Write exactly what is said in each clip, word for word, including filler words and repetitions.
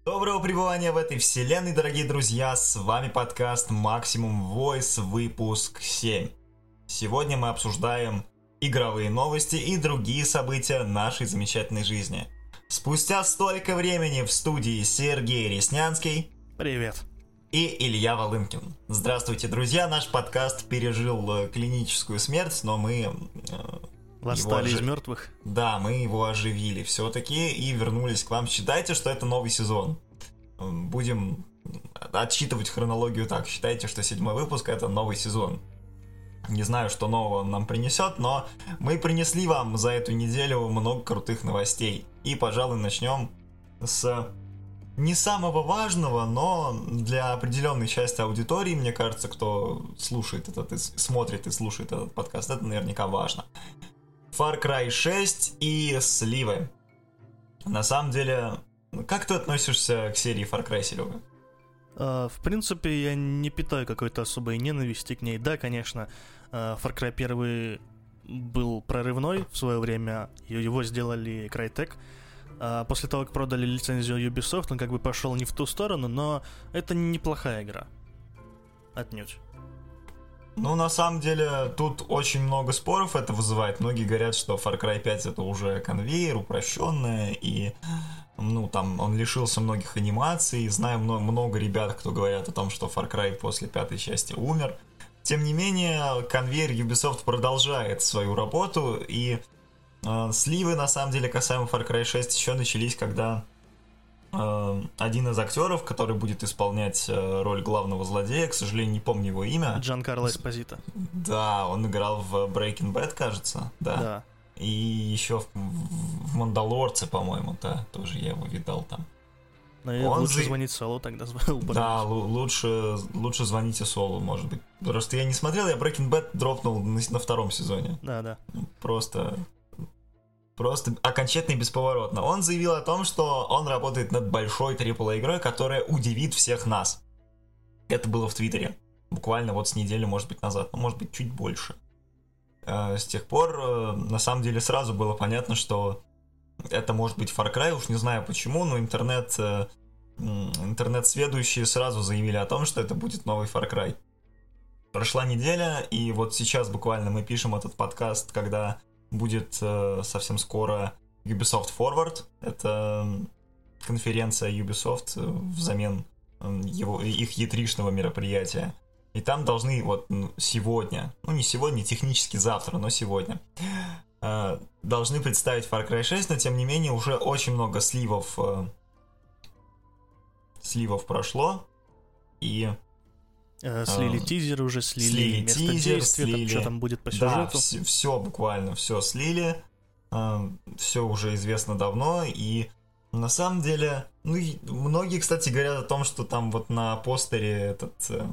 Доброго пребывания в этой вселенной, дорогие друзья, с вами подкаст Maximum Voice, выпуск семь. Сегодня мы обсуждаем игровые новости и другие события нашей замечательной жизни. Спустя столько времени в студии Сергей Реснянский. Привет. И Илья Волынкин. Здравствуйте, друзья, наш подкаст пережил клиническую смерть, но мы... Восстали ожив... из мертвых. Да, мы его оживили все-таки и вернулись к вам. Считайте, что это новый сезон. Будем отсчитывать хронологию так. Считайте, что седьмой выпуск — это новый сезон. Не знаю, что нового он нам принесет, но мы принесли вам за эту неделю много крутых новостей. И, пожалуй, начнем с не самого важного, но для определенной части аудитории, мне кажется, кто слушает этот, смотрит и слушает этот подкаст, это наверняка важно. Far Cry шесть и сливы. На самом деле, как ты относишься к серии Far Cry, Серега? Uh, в принципе, я не питаю какой-то особой ненависти к ней. Да, конечно, uh, Far Cry один был прорывной в свое время, его сделали Crytek. Uh, после того, как продали лицензию Ubisoft, он как бы пошел не в ту сторону, но это неплохая игра. Отнюдь. Ну, на самом деле, тут очень много споров это вызывает. Многие говорят, что Far Cry пять это уже конвейер, упрощенная, и, ну, там, он лишился многих анимаций. Знаю много, много ребят, кто говорят о том, что Far Cry после пятой части умер. Тем не менее, конвейер Ubisoft продолжает свою работу, и э, сливы, на самом деле, касаемо Far Cry шесть, еще начались, когда один из актеров, который будет исполнять роль главного злодея, к сожалению, не помню его имя. Джанкарло Эспозито. Да, он играл в Breaking Bad, кажется. Да. Да. И еще в, в Мандалорце, по-моему, да, тоже я его видал там. Но он лучше за... звонить Солу тогда. Да, л- лучше, лучше звоните Солу, может быть. Просто я не смотрел, я Breaking Bad дропнул на, на втором сезоне. Да, да. Просто... Просто окончательно и бесповоротно. Он заявил о том, что он работает над большой трипл эй игрой, которая удивит всех нас. Это было в Твиттере. Буквально вот с недели, может быть, назад. Ну, может быть, чуть больше. С тех пор, на самом деле, сразу было понятно, что это может быть Far Cry. Уж не знаю почему, но интернет, интернет-сведущие сразу заявили о том, что это будет новый Far Cry. Прошла неделя, и вот сейчас буквально мы пишем этот подкаст, когда... Будет э, совсем скоро Ubisoft Forward. Это конференция Ubisoft взамен э, его, их и три-шного мероприятия. И там должны вот сегодня, ну не сегодня, технически завтра, но сегодня, э, должны представить Far Cry шесть, но тем не менее уже очень много сливов, э, сливов прошло. И... Слили тизер уже, слили, слили место тизер, действия, слили... что там будет по сюжету. Да, все, все буквально, все слили, все уже известно давно, и на самом деле, ну, многие, кстати, говорят о том, что там вот на постере этот,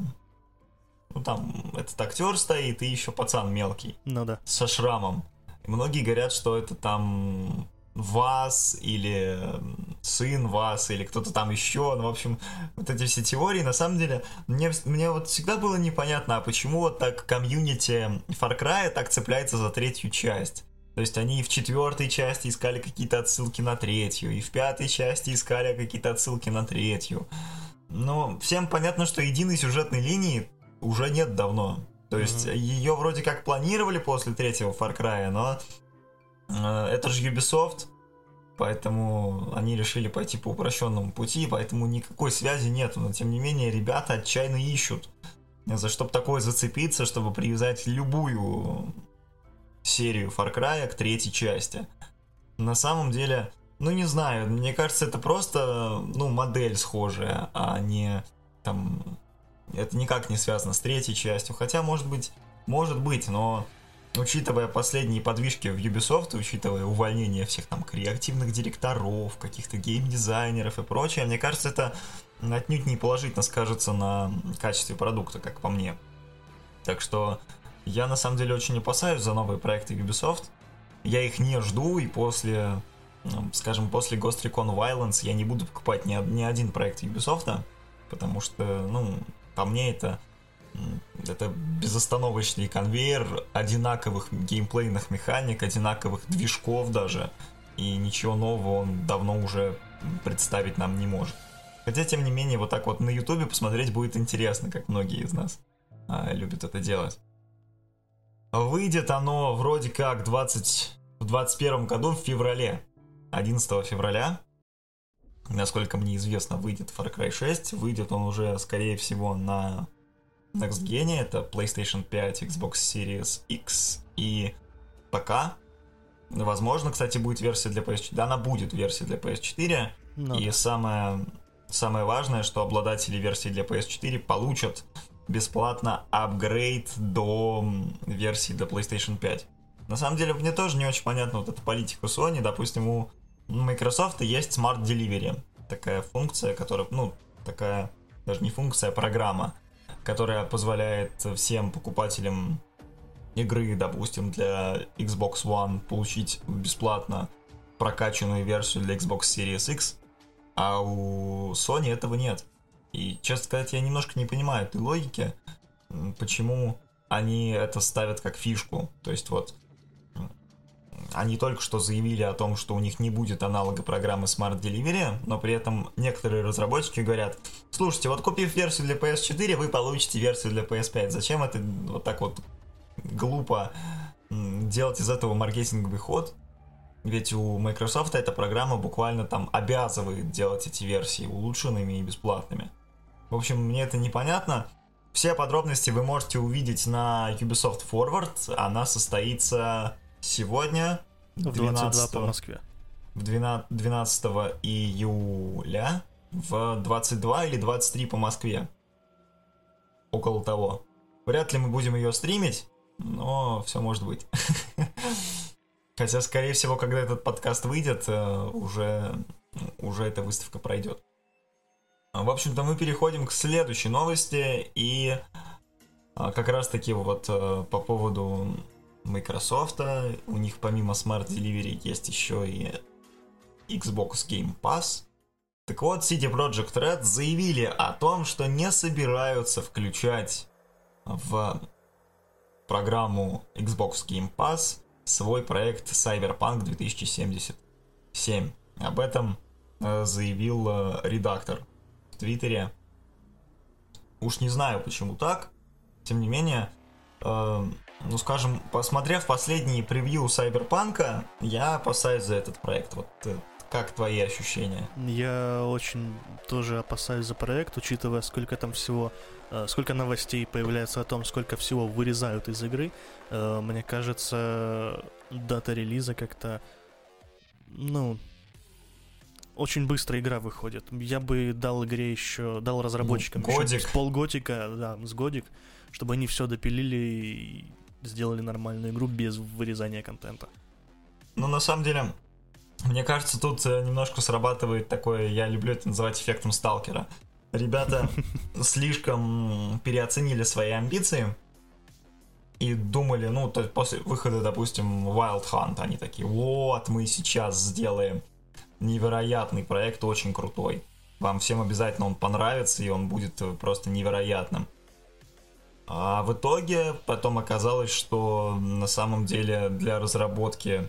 ну, там этот актер стоит и еще пацан мелкий, ну, да. со шрамом. И многие говорят, что это там... Вас или сын Вас или кто-то там еще, ну, в общем, вот эти все теории, на самом деле, мне, мне вот всегда было непонятно, а почему вот так комьюнити Far Cry так цепляется за третью часть. То есть они и в четвертой части искали какие-то отсылки на третью, и в пятой части искали какие-то отсылки на третью. Но всем понятно, что единой сюжетной линии уже нет давно. То есть mm-hmm. ее вроде как планировали после третьего Far Cry, но... Это же Ubisoft, поэтому они решили пойти по упрощенному пути, поэтому никакой связи нету. Но тем не менее, ребята отчаянно ищут, за чтобы такое зацепиться, чтобы привязать любую серию Far Cry к третьей части. На самом деле, ну не знаю, мне кажется, это просто, ну, модель схожая, а не там... Это никак не связано с третьей частью, хотя, может быть, может быть, но... Учитывая последние подвижки в Ubisoft, учитывая увольнение всех там креативных директоров, каких-то геймдизайнеров и прочее, мне кажется, это отнюдь не положительно скажется на качестве продукта, как по мне. Так что я на самом деле очень опасаюсь за новые проекты Ubisoft. Я их не жду, и после, скажем, после Ghost Recon Wildlands я не буду покупать ни, ни один проект Ubisoft, потому что, ну, по мне это... Это безостановочный конвейер одинаковых геймплейных механик, одинаковых движков даже. И ничего нового он давно уже представить нам не может. Хотя, тем не менее, вот так вот на Ютубе посмотреть будет интересно, как многие из нас а, любят это делать. Выйдет оно вроде как двадцать, в двадцать первом году в феврале. одиннадцатого февраля. Насколько мне известно, выйдет Far Cry шесть. Выйдет он уже, скорее всего, на Next Gen. Это PlayStation пять, Xbox Series X и ПК. Возможно, кстати, будет версия для пи эс четыре. Да, она будет версия для пи эс четыре. No. И самое, самое важное, что обладатели версии для пи эс четыре получат бесплатно апгрейд до версии для PlayStation пять. На самом деле, мне тоже не очень понятна вот эта политика Sony. Допустим, у Microsoft есть Smart Delivery. Такая функция, которая, ну, такая, даже не функция, а программа, которая позволяет всем покупателям игры, допустим, для Xbox One получить бесплатно прокачанную версию для Xbox Series X, а у Sony этого нет. И, честно сказать, я немножко не понимаю этой логики, почему они это ставят как фишку. То есть вот они только что заявили о том, что у них не будет аналога программы Smart Delivery, но при этом некоторые разработчики говорят: слушайте, вот купив версию для пи эс четыре, вы получите версию для пи эс пять. Зачем это вот так вот глупо делать из этого маркетинговый ход? Ведь у Microsoft эта программа буквально там обязывает делать эти версии улучшенными и бесплатными. В общем, мне это непонятно. Все подробности вы можете увидеть на Ubisoft Forward. Она состоится сегодня, в двадцать два по Москве. В двенадцатого июля в двадцать два или двадцать три по Москве. Около того. Вряд ли мы будем ее стримить, но все может быть. Хотя, скорее всего, когда этот подкаст выйдет, уже, уже эта выставка пройдет. В общем-то, мы переходим к следующей новости. И как раз-таки вот по поводу Microsoft. У них помимо Smart Delivery есть еще и Xbox Game Pass. Так вот, си ди Projekt Red заявили о том, что не собираются включать в программу Xbox Game Pass свой проект Cyberpunk две тысячи семьдесят семь. Об этом заявил редактор в Твиттере. Уж не знаю, почему так. Тем не менее, э, ну скажем, посмотрев последние превью Cyberpunk'а, я опасаюсь за этот проект. Вот э, как твои ощущения? Я очень тоже опасаюсь за проект, учитывая, сколько там всего, э, сколько новостей появляется о том, сколько всего вырезают из игры. Э, мне кажется, дата релиза как-то, ну, очень быстро игра выходит. Я бы дал игре еще, дал разработчикам ну, еще с полгодика, да, с годик, чтобы они все допилили и сделали нормальную игру без вырезания контента. Ну, на самом деле, мне кажется, тут немножко срабатывает такое, я люблю это называть эффектом сталкера. Ребята слишком переоценили свои амбиции и думали, ну, то есть после выхода, допустим, Wild Hunt, они такие: вот, мы сейчас сделаем невероятный проект, очень крутой. Вам всем обязательно он понравится, и он будет просто невероятным. А в итоге потом оказалось, что на самом деле для разработки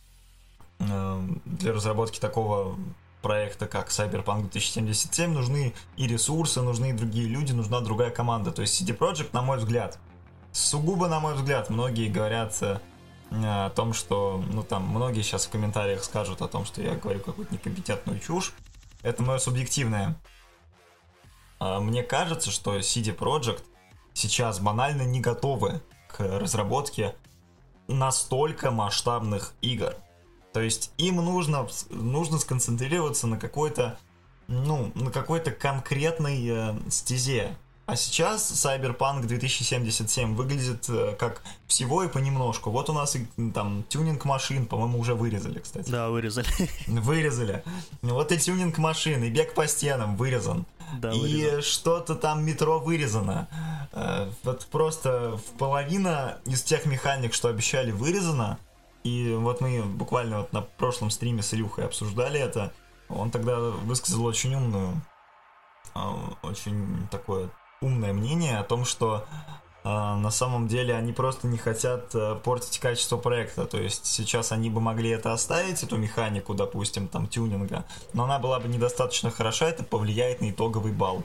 для разработки такого проекта, как Cyberpunk две тысячи семьдесят семь, нужны и ресурсы, нужны и другие люди, нужна другая команда. То есть си ди Projekt, на мой взгляд, сугубо на мой взгляд, многие говорят о том, что, ну там, многие сейчас в комментариях скажут о том, что я говорю какую-то некомпетентную чушь. Это мое субъективное. Мне кажется, что си ди Projekt сейчас банально не готовы к разработке настолько масштабных игр. То есть им нужно, нужно сконцентрироваться на какой-то, ну, на какой-то конкретной э, стезе. А сейчас Cyberpunk две тысячи семьдесят семь выглядит э, как всего и понемножку. Вот у нас и, там тюнинг машин, по-моему, уже вырезали, кстати. Да, вырезали. Вырезали. Вот и тюнинг машин, и бег по стенам вырезан. Да, и вырезан. Что-то там метро вырезано. Э, вот просто половина из тех механик, что обещали, вырезано. И вот мы буквально вот на прошлом стриме с Илюхой обсуждали это. Он тогда высказал очень умную, очень такое умное мнение о том, что на самом деле они просто не хотят портить качество проекта. То есть сейчас они бы могли это оставить, эту механику, допустим, там, тюнинга, но она была бы недостаточно хороша, это повлияет на итоговый балл.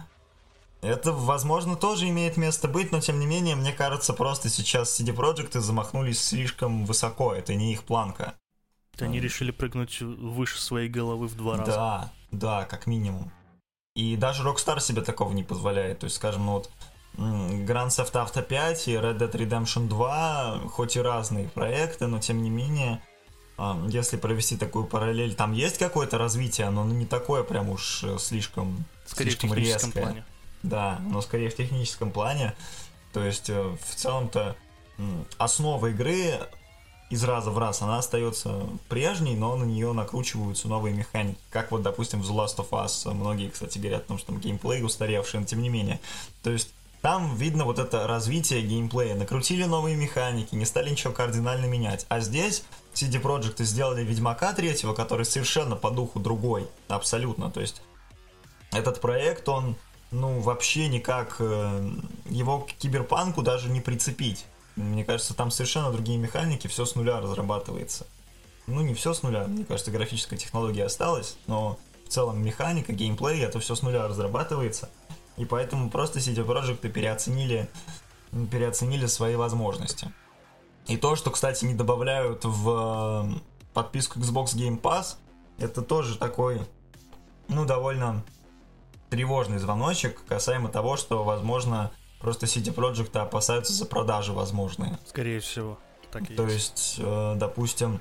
Это, возможно, тоже имеет место быть, но, тем не менее, мне кажется, просто сейчас си ди Projekt замахнулись слишком высоко, это не их планка. Они решили прыгнуть выше своей головы в два раза. Да, да, как минимум. И даже Rockstar себе такого не позволяет. То есть, скажем, ну вот Grand Theft Auto пять и Red Dead Redemption два, хоть и разные проекты, но, тем не менее, если провести такую параллель, там есть какое-то развитие, но не такое прям уж слишком, скорее слишком в техническом резкое. Плане. Да, но скорее в техническом плане. То есть, в целом-то, основа игры из раза в раз, она остается прежней, но на нее накручиваются новые механики. Как вот, допустим, в The Last of Us. Многие, кстати, говорят о том, что там геймплей устаревший, но тем не менее. То есть, там видно вот это развитие геймплея. Накрутили новые механики, не стали ничего кардинально менять. А здесь си ди Projekt сделали Ведьмака третьего, который совершенно по духу другой. Абсолютно. То есть, этот проект, он ну, вообще никак его к Киберпанку даже не прицепить. Мне кажется, там совершенно другие механики, все с нуля разрабатывается. Ну, не все с нуля, мне кажется, графическая технология осталась, но в целом механика, геймплей, это все с нуля разрабатывается. И поэтому просто си ди Projekt переоценили, переоценили свои возможности. И то, что, кстати, не добавляют в подписку Xbox Game Pass, это тоже такой, ну, довольно тревожный звоночек касаемо того, что, возможно, просто си ди Projekt опасаются за продажи возможные. Скорее всего, так и То есть. есть, э, допустим,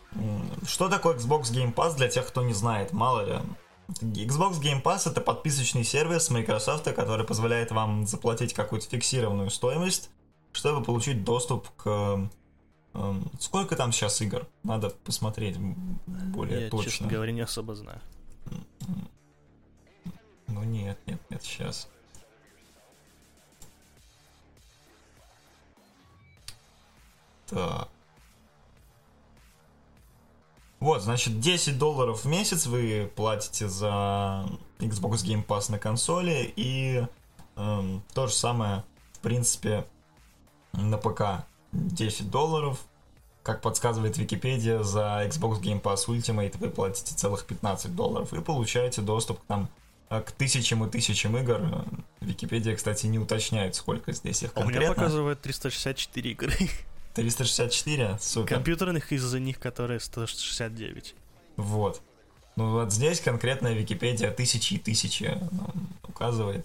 что такое Xbox Game Pass для тех, кто не знает, мало ли. Xbox Game Pass — это подписочный сервис Microsoft, который позволяет вам заплатить какую-то фиксированную стоимость, чтобы получить доступ к... Э, сколько там сейчас игр? Надо посмотреть более Я, точно. честно говоря, не особо знаю. Ну нет, нет, нет, сейчас. Так. Вот, значит, десять долларов в месяц вы платите за Xbox Game Pass на консоли, и э, то же самое, в принципе, на ПК. десять долларов. Как подсказывает Википедия, за Xbox Game Pass Ultimate вы платите целых пятнадцать долларов и получаете доступ к там к тысячам и тысячам игр. Википедия, кстати, не уточняет, сколько здесь их конкретно. У меня показывает триста шестьдесят четыре игры. триста шестьдесят четыре? Супер. Компьютерных из-за них, которые сто шестьдесят девять. Вот. Ну вот здесь конкретная Википедия тысячи и тысячи указывает.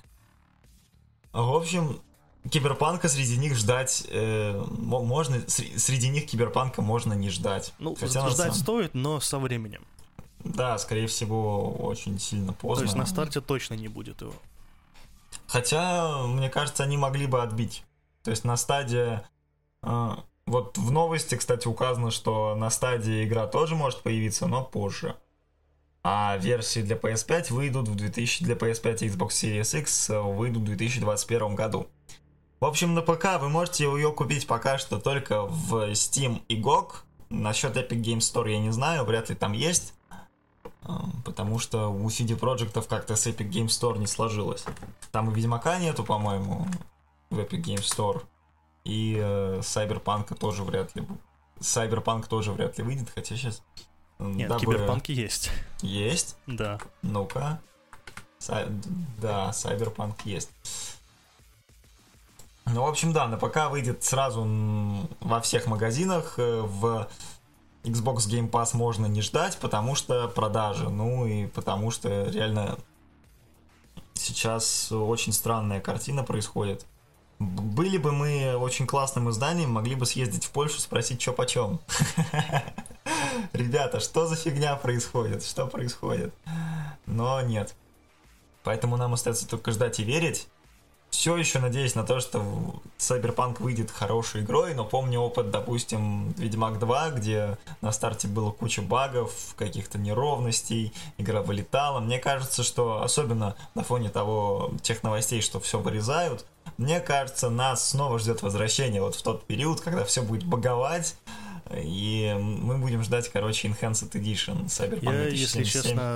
В общем, Киберпанка среди них ждать э, можно, среди них Киберпанка можно не ждать. Ну, Хотя ждать на... стоит, но со временем. Да, скорее всего, очень сильно поздно. То есть на старте точно не будет его. Хотя, мне кажется, они могли бы отбить. То есть на стадии... Э, вот в новости, кстати, указано, что на стадии игра тоже может появиться, но позже. А версии для пи эс пять выйдут в две тысячи... Для пи эс пять и Xbox Series X выйдут в две тысячи двадцать первом году. В общем, на ПК вы можете ее купить пока что только в Steam и джи о джи. Насчет Epic Games Store я не знаю, вряд ли там есть. Потому что у си ди Projekt как-то с Epic Games Store не сложилось. Там и Ведьмака нету, по-моему, в Epic Games Store. И э, Cyberpunk тоже вряд ли. Cyberpunk тоже вряд ли выйдет, хотя сейчас... Нет, дабы... Киберпанк есть. Есть? Да. Ну-ка. Сай... Да, Cyberpunk есть. Ну, в общем, да, на ПК выйдет сразу во всех магазинах. В Xbox Game Pass можно не ждать, потому что продажи. Ну и потому что реально сейчас очень странная картина происходит. Были бы мы очень классным изданием, могли бы съездить в Польшу, спросить, что почем. Ребята, что за фигня происходит? Что происходит? Но нет. Поэтому нам остается только ждать и верить. Все еще надеюсь на то, что Cyberpunk выйдет хорошей игрой, но помню опыт, допустим, Ведьмак два, где на старте было куча багов, каких-то неровностей, игра вылетала. Мне кажется, что особенно на фоне того, тех новостей, что все вырезают, мне кажется, нас снова ждет возвращение вот в тот период, когда все будет баговать, и мы будем ждать, короче, Enhanced Edition Cyberpunk Я, две тысячи семьдесят семь. если честно,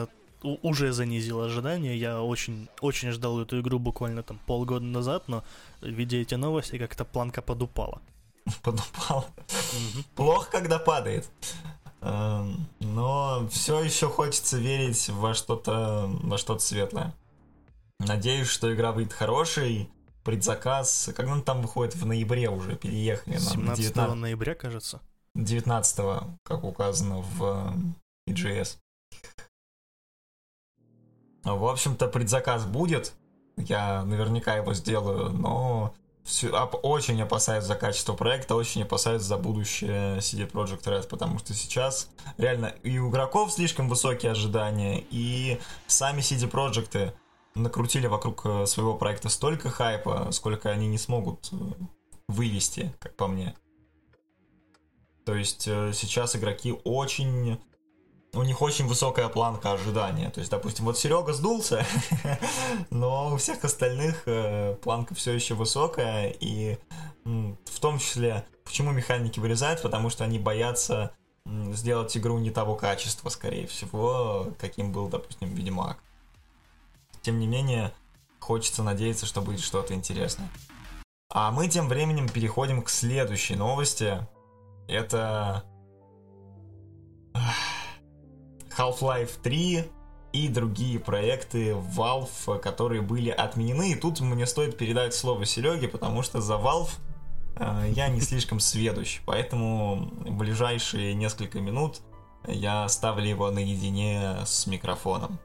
у- уже занизил ожидания. Я очень, очень ждал эту игру буквально там полгода назад, но, видя эти новости, как-то планка подупала. Подупал. Плохо, когда падает. Эм, Но все еще хочется верить во что-то, во что-то светлое. Надеюсь, что игра выйдет хорошей. Предзаказ, когда он там выходит, в ноябре уже переехали. нам на семнадцатого девятнадцатого ноября, кажется. девятнадцатого, как указано в и джи эс. В общем-то, предзаказ будет. Я наверняка его сделаю, но всё- оп- очень опасаюсь за качество проекта, очень опасаюсь за будущее си ди Projekt Red, потому что сейчас реально и у игроков слишком высокие ожидания, и сами си ди Projekt накрутили вокруг э, своего проекта столько хайпа, сколько они не смогут э, вывести, как по мне. То есть э, сейчас игроки очень... У них очень высокая планка ожидания. То есть, допустим, вот Серега сдулся, но у всех остальных э, планка все еще высокая. И м, в том числе, почему механики вырезают? Потому что они боятся м, сделать игру не того качества, скорее всего, каким был, допустим, Ведьмак. Тем не менее, хочется надеяться, что будет что-то интересное. А мы тем временем переходим к следующей новости. Это Half-Life три и другие проекты Valve, которые были отменены. И тут мне стоит передать слово Сереге, потому что за Valve э, я не слишком сведущ. Поэтому в ближайшие несколько минут я ставлю его наедине с микрофоном.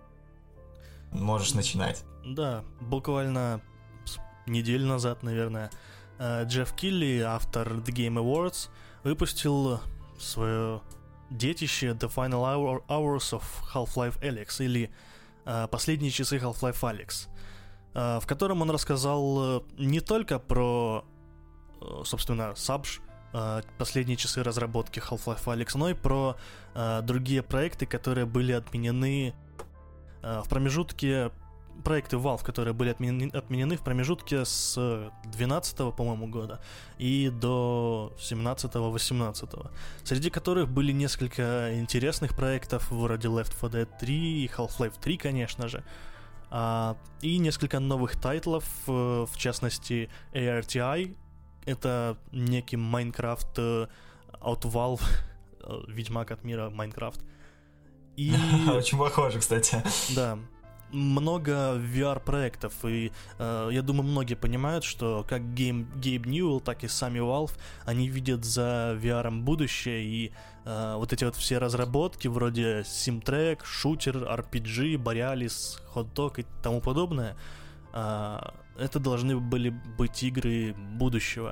Можешь начинать. Да, буквально неделю назад, наверное, Джефф Килли, автор The Game Awards, выпустил свое детище The Final Hour, Hours of Half-Life Alyx, или uh, Последние часы Half-Life Alyx, uh, в котором он рассказал не только про, uh, собственно, Сабж, uh, последние часы разработки Half-Life Alyx, но и про uh, другие проекты, которые были отменены uh, в промежутке, проекты Valve, которые были отменены, отменены в промежутке с двенадцатого, по-моему, года и до семнадцатого-восемнадцатого, среди которых были несколько интересных проектов вроде Left four Dead три и Half-Life три, конечно же, а, и несколько новых тайтлов, в частности эй ар ти ай, это некий Minecraft от Valve, Ведьмак от мира Minecraft. И... Очень похоже, кстати. Да. Много ви ар-проектов, и э, я думаю, многие понимают, что как Гейм, Гейб Ньюэлл, так и сами Valve, они видят за ви ар будущее, и э, вот эти вот все разработки вроде Simtrack, Shooter, ар пи джи, Borealis, Hot Dog и тому подобное, э, это должны были быть игры будущего.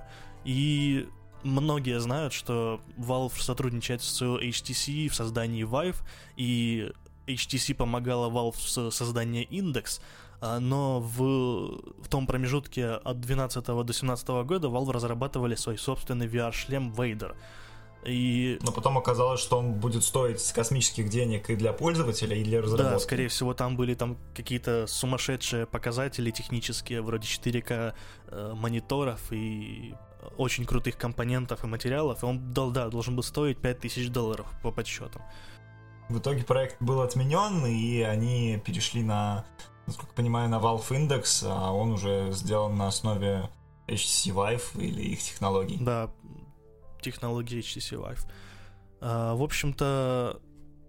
И многие знают, что Valve сотрудничает с эйч ти си в создании Vive, и эйч ти си помогала Valve в создании Index, но в, в том промежутке от двенадцатого до семнадцатого года Valve разрабатывали свой собственный ви ар-шлем Vader. И... Но потом оказалось, что он будет стоить космических денег и для пользователя, и для разработки. Да, скорее всего, там были там какие-то сумасшедшие показатели технические, вроде четыре ка э, мониторов и очень крутых компонентов и материалов, и он да, должен был стоить пять тысяч долларов по подсчетам. В итоге проект был отменен, и они перешли на, насколько я понимаю, на Valve Index, а он уже сделан на основе эйч ти си Vive или их технологий. Да, технологии эйч ти си Vive. А, в общем-то,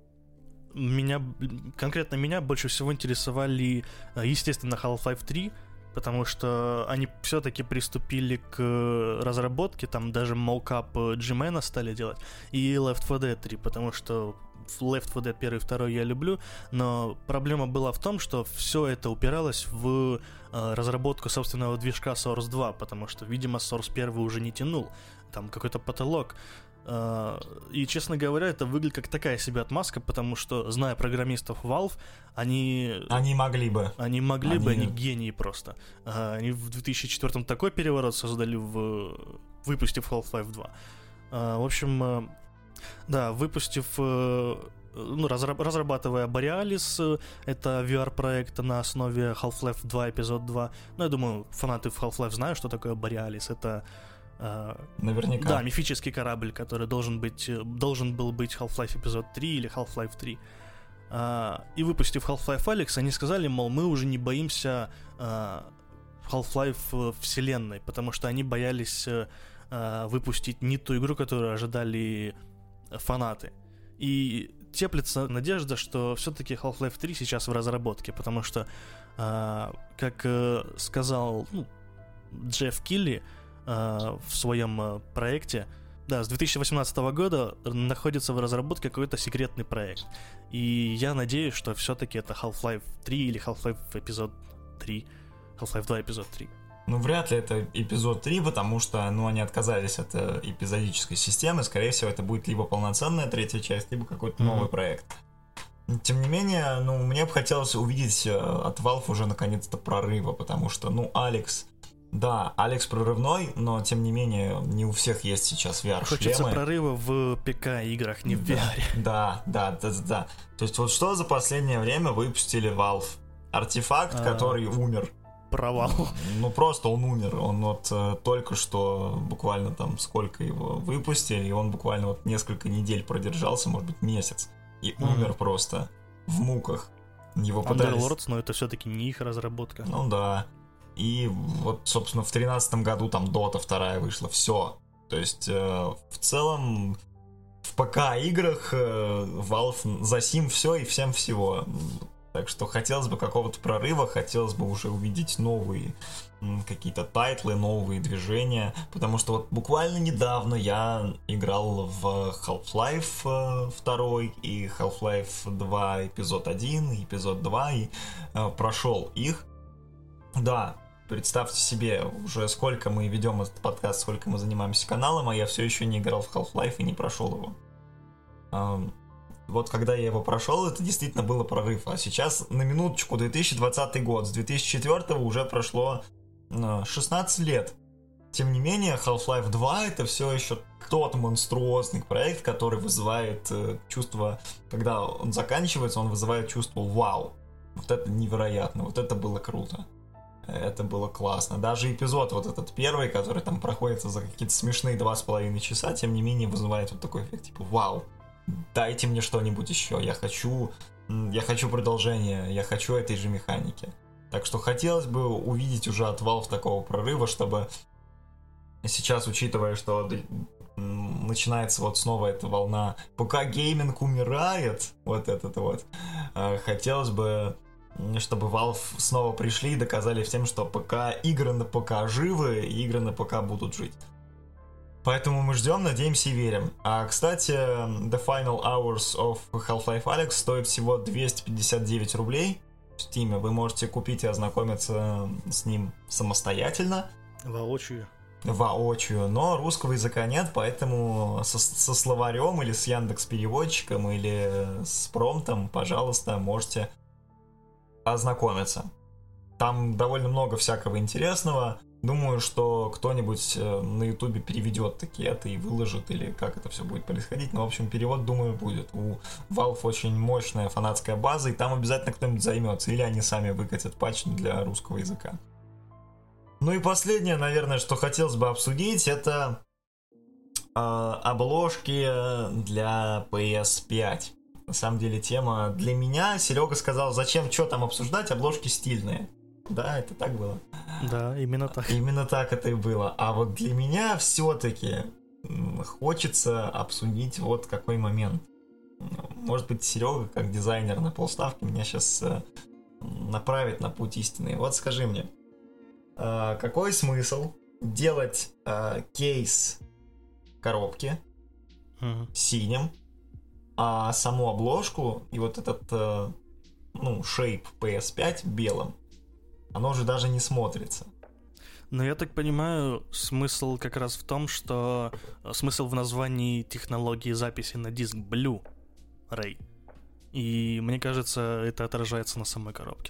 меня, конкретно меня больше всего интересовали, естественно, Half-Life три, потому что они все-таки приступили к разработке, там даже моукап G-Man стали делать, и Left four Dead три, потому что Left four Dead один и два я люблю, но проблема была в том, что все это упиралось в э, разработку собственного движка Source два, потому что, видимо, Source один уже не тянул, там какой-то потолок. Э, и, честно говоря, это выглядит как такая себе отмазка, потому что, зная программистов Valve, они... Они могли бы. Они могли они... бы, они гении просто. Э, они в две тысячи четвёртом такой переворот создали, в... выпустив Half-Life два. Э, в общем... Э, Да, выпустив, ну, разрабатывая Borealis, это ви ар-проект на основе Half-Life два, эпизод два. Ну, я думаю, фанаты в Half-Life знают, что такое Borealis. Это... Наверняка. Да, мифический корабль, который должен быть, должен был быть Half-Life эпизод три или Half-Life три. А, и выпустив Half-Life Alyx, они сказали, мол, мы уже не боимся а, Half-Life вселенной, потому что они боялись а, выпустить не ту игру, которую ожидали фанаты. И теплится надежда, что все-таки Half-Life три сейчас в разработке, потому что, а, как а, сказал ну, Джефф Килли а, в своем а, проекте, да, с две тысячи восемнадцатого года находится в разработке какой-то секретный проект. И я надеюсь, что все-таки это Half-Life три или Half-Life эпизод три. Half-Life два эпизод три. Ну, вряд ли это эпизод три, потому что, ну, они отказались от э, эпизодической системы. Скорее всего, это будет либо полноценная третья часть, либо какой-то mm-hmm. новый проект. Тем не менее, ну, мне бы хотелось увидеть э, от Valve уже наконец-то прорыва, потому что, ну, Алекс... Да, Алекс прорывной, но тем не менее не у всех есть сейчас ви ар-шлемы. Хочется прорыва в ПК-играх, не в ви ар. Да, да, да, да, да. То есть вот что за последнее время выпустили Valve? Артефакт, а... который умер. Провал. Ну просто он умер. Он вот э, только что буквально там сколько его выпустили, и он буквально вот несколько недель продержался, может быть месяц, и mm. умер просто в муках. Его пытались... Underlords, но это все-таки не их разработка. Ну да. И вот, собственно, в тринадцатом году там Dota вторая вышла, все. То есть, э, в целом, в ПК-играх э, Valve за сим все и всем всего. Так что хотелось бы какого-то прорыва, хотелось бы уже увидеть новые м, какие-то тайтлы, новые движения. Потому что вот буквально недавно я играл в Half-Life два и Half-Life два эпизод один, эпизод два, и э, прошел их. Да, представьте себе, уже сколько мы ведем этот подкаст, сколько мы занимаемся каналом, а я все еще не играл в Half-Life и не прошел его. Um, вот когда я его прошел, это действительно было прорыв. А сейчас, на минуточку, две тысячи двадцатый год, с две тысячи четвёртого уже прошло uh, шестнадцать лет. Тем не менее, Half-Life два это все еще тот монструозный проект, который вызывает uh, чувство, когда он заканчивается, он вызывает чувство вау. Вот это невероятно, вот это было круто. Это было классно. Даже эпизод вот этот первый, который там проходится за какие-то смешные два с половиной часа, тем не менее вызывает вот такой эффект, типа, вау, дайте мне что-нибудь еще, я хочу, я хочу продолжения, я хочу этой же механики. Так что хотелось бы увидеть уже от Valve такого прорыва, чтобы сейчас, учитывая, что начинается вот снова эта волна, пока гейминг умирает, вот этот вот, хотелось бы, чтобы Valve снова пришли и доказали всем, что ПК, игры на ПК живы, и игры на ПК будут жить. Поэтому мы ждем, надеемся и верим. А, кстати, The Final Hours of Half-Life Alyx стоит всего двести пятьдесят девять рублей в Steam. Вы можете купить и ознакомиться с ним самостоятельно. Воочию. Воочию, но русского языка нет, поэтому со, со словарем или с Яндекс.Переводчиком или с промптом, пожалуйста, можете ознакомиться. Там довольно много всякого интересного. Думаю, что кто-нибудь на Ютубе переведет такие это и выложит, или как это все будет происходить. Но, в общем, перевод, думаю, будет. У Valve очень мощная фанатская база, и там обязательно кто-нибудь займется. Или они сами выкатят патч для русского языка. Ну и последнее, наверное, что хотелось бы обсудить, это э, обложки для пи эс пять. На самом деле тема для меня. Серега сказал, зачем, что там обсуждать, обложки стильные. Да, это так было? Да, именно так. Именно так это и было. А вот для меня все-таки хочется обсудить вот какой момент. Может быть, Серега, как дизайнер на полставки, меня сейчас направит на путь истины. Вот скажи мне, какой смысл делать кейс коробки uh-huh. синим, а саму обложку и вот этот, э, ну, шейп пи эс пять белым, оно уже даже не смотрится. Но я так понимаю, смысл как раз в том, что смысл в названии технологии записи на диск Blu-ray. И мне кажется, это отражается на самой коробке.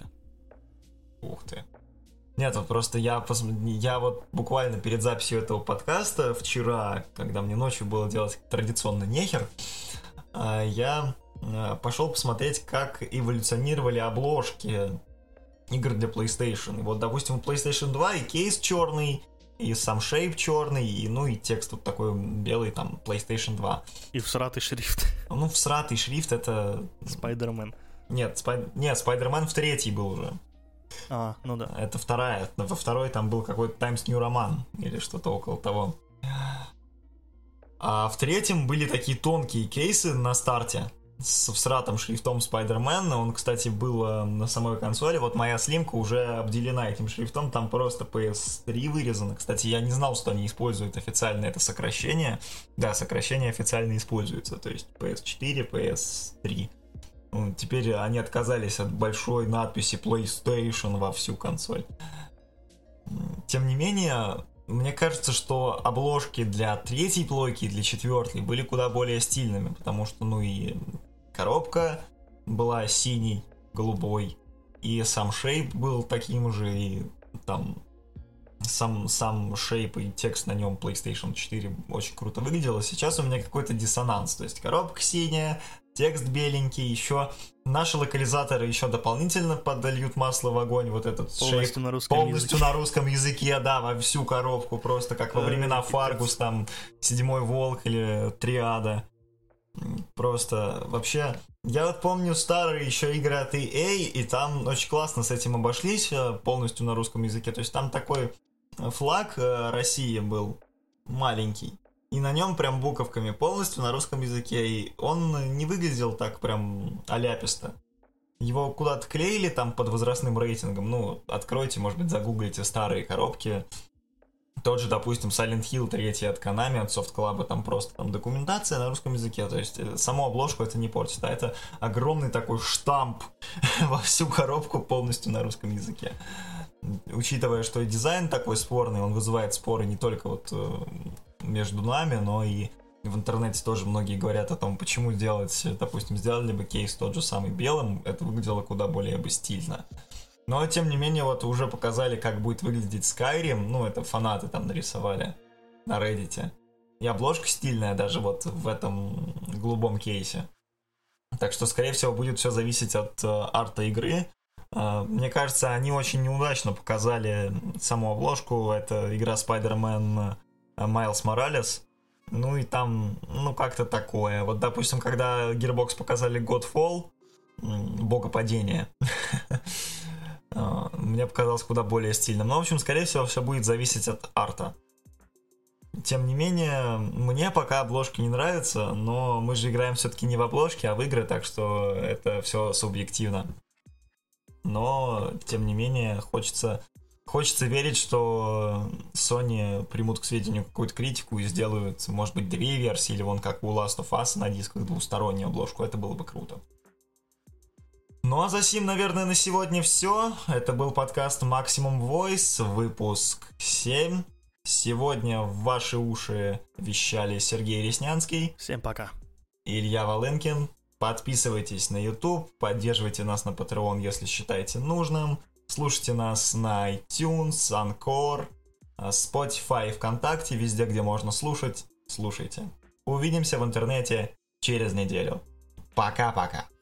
Ух ты. Нет, вот просто я, пос... я вот буквально перед записью этого подкаста вчера, когда мне ночью было делать традиционно нехер, я пошел посмотреть, как эволюционировали обложки игр для PlayStation. И вот, допустим, у PlayStation два и кейс черный, и сам шейп черный, и, ну и текст вот такой белый, там, PlayStation два. И всратый шрифт. Ну, всратый шрифт, это... Spider-Man. Нет, спай... Нет, Spider-Man в третий был уже. А, ну да. Это вторая. Во второй там был какой-то Times New Roman или что-то около того. А в третьем были такие тонкие кейсы на старте с всратым шрифтом Spider-Man. Он, кстати, был на самой консоли. Вот моя слимка уже обделена этим шрифтом. Там просто пи эс три вырезано. Кстати, я не знал, что они используют официально это сокращение. Да, сокращение официально используется. То есть пи эс четыре, пи эс три. Теперь они отказались от большой надписи PlayStation во всю консоль. Тем не менее, мне кажется, что обложки для третьей плойки и для четвертой были куда более стильными, потому что, ну и коробка была синей, голубой, и сам шейп был таким же, и там сам, сам шейп и текст на нем PlayStation четыре очень круто выглядело. Сейчас у меня какой-то диссонанс, то есть коробка синяя, текст беленький, еще наши локализаторы еще дополнительно подольют масло в огонь, вот этот полностью шейп на русском полностью языке. на русском языке, да, во всю коробку, просто как во времена Фаргус, там, Седьмой Волк или Триада. Просто вообще, я вот помню старые еще игры от и эй, и там очень классно с этим обошлись, полностью на русском языке, то есть там такой флаг России был маленький, и на нем прям буковками полностью на русском языке, и он не выглядел так прям аляписто. Его куда-то клеили там под возрастным рейтингом, ну, откройте, может быть, загуглите старые коробки. Тот же, допустим, Silent Hill три от Konami, от Soft Club, там просто там документация на русском языке, то есть саму обложку это не портит, а это огромный такой штамп во всю коробку полностью на русском языке. Учитывая, что и дизайн такой спорный, он вызывает споры не только вот между нами, но и в интернете тоже многие говорят о том, почему делать, допустим, сделали бы кейс тот же самый белым, это выглядело куда более бы стильно. Но, тем не менее, вот уже показали, как будет выглядеть Skyrim, ну, это фанаты там нарисовали на Reddit. И обложка стильная даже вот в этом голубом кейсе. Так что, скорее всего, будет все зависеть от э, арта игры. Э, мне кажется, они очень неудачно показали саму обложку. Это игра Spider-Man Miles Morales. Ну и там, ну, как-то такое. Вот, допустим, когда Gearbox показали Godfall, богопадение, мне показалось куда более стильным. Но, в общем, скорее всего, все будет зависеть от арта. Тем не менее, мне пока обложки не нравятся, но мы же играем все-таки не в обложки, а в игры, так что это все субъективно. Но, тем не менее, хочется, хочется верить, что Sony примут к сведению какую-то критику и сделают, может быть, две версии, или вон как у Last of Us на дисках двустороннюю обложку. Это было бы круто. Ну а за сим, наверное, на сегодня все. Это был подкаст Maximum Voice, выпуск семь. Сегодня в ваши уши вещали Сергей Реснянский. Всем пока. Илья Волынкин. Подписывайтесь на YouTube, поддерживайте нас на Patreon, если считаете нужным. Слушайте нас на iTunes, Anchor, Spotify, ВКонтакте, везде, где можно слушать, слушайте. Увидимся в интернете через неделю. Пока-пока.